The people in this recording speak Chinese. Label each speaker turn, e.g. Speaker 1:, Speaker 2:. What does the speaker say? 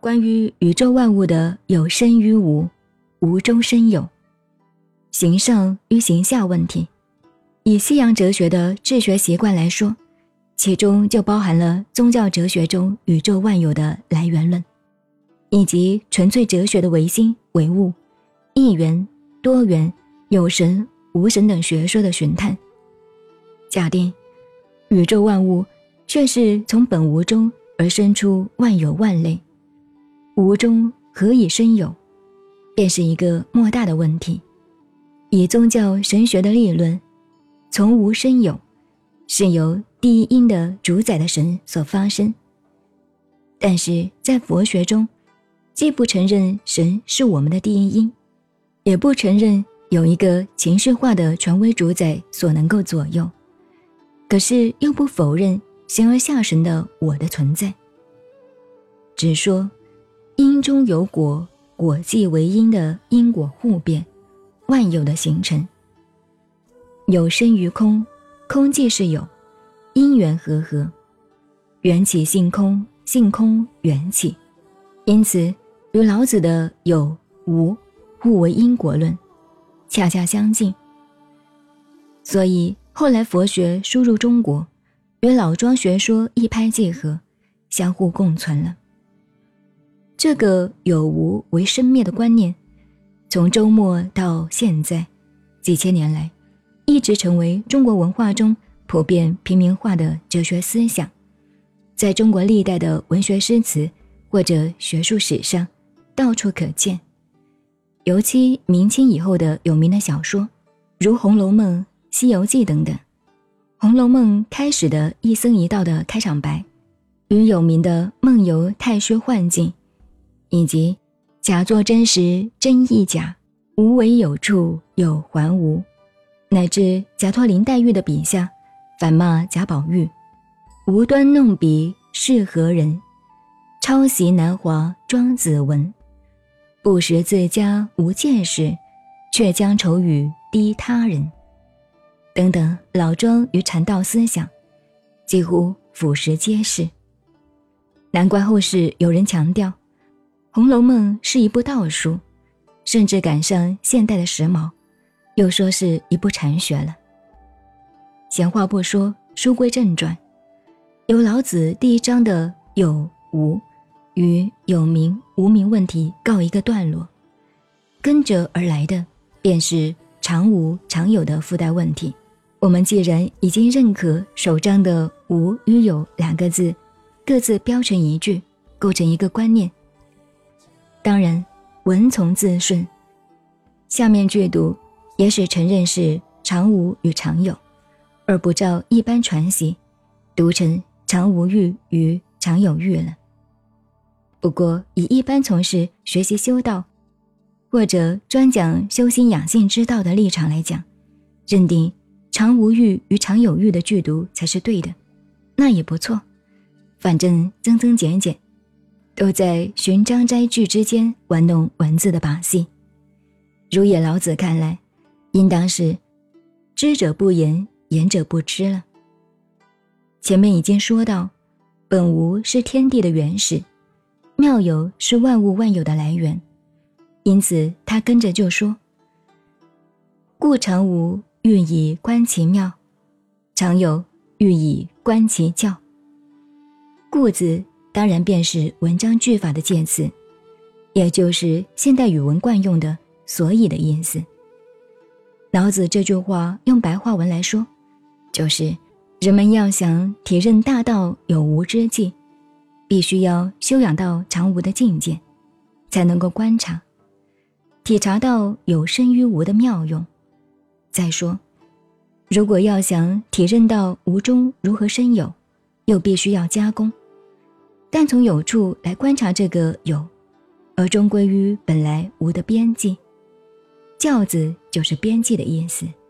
Speaker 1: 关于宇宙万物的有生于无，无中生有，形上与形下问题。以西洋哲学的治学习惯来说，其中就包含了宗教哲学中宇宙万有的来源论，以及纯粹哲学的唯心唯物、一元、多元、有神、无神等学说的寻探。假定宇宙万物却是从本无中而生出万有万类，无中何以生有，便是一个莫大的问题。以宗教神学的理论，从无生有，是由第一因的主宰的神所发生。但是在佛学中，既不承认神是我们的第一因，也不承认有一个情绪化的权威主宰所能够左右，可是又不否认形而下神的我的存在，只说因中有果，果即为因的因果互变，万有的形成。有生于空，空即是有，因缘和合，缘起性空，性空缘起。因此与老子的有无互为因果论恰恰相近。所以后来佛学输入中国，与老庄学说一拍即合，相互共存了。这个有无为生灭的观念，从周末到现在几千年来，一直成为中国文化中普遍平民化的哲学思想，在中国历代的文学诗词或者学术史上到处可见。尤其明清以后的有名的小说，如《红楼梦》《西游记》等等。《红楼梦》开始的一僧一道的开场白，与有名的梦游太虚幻境，以及假作真实真亦假，无为有处有还无，乃至贾托林黛玉的笔下反骂贾宝玉无端弄笔是何人，抄袭南华庄子文，不识自家无见识，却将丑语滴他人，等等老庄与禅道思想几乎俯拾皆是。难怪后世有人强调《红楼梦》是一部道书，甚至赶上现代的时髦，又说是一部禅学了。闲话不说，书归正传，由老子第一章的有无与有名无名问题告一个段落，跟着而来的便是常无常有的附带问题。我们既然已经认可首章的无与有两个字各自标成一句，构成一个观念，当然文从字顺，下面句读也许承认是常无与常有，而不照一般传习读成常无欲与常有欲了。不过以一般从事学习修道或者专讲修心养性之道的立场来讲，认定常无欲与常有欲的句读才是对的，那也不错，反正增增减减都在寻章摘句之间玩弄文字的把戏。如也老子看来，应当是知者不言，言者不知了。前面已经说到，本无是天地的原始，妙有是万物万有的来源，因此他跟着就说，故常无欲以观其妙，常有欲以观其教。故字当然便是文章句法的介词，也就是现代语文惯用的所以的意思。老子这句话用白话文来说，就是人们要想体认大道有无之际，必须要修养到常无的境界，才能够观察体察到有生于无的妙用。再说，如果要想体认到无中如何生有，又必须要加工，但从有处来观察这个有，终归于本来无的边际。教字就是边际的意思。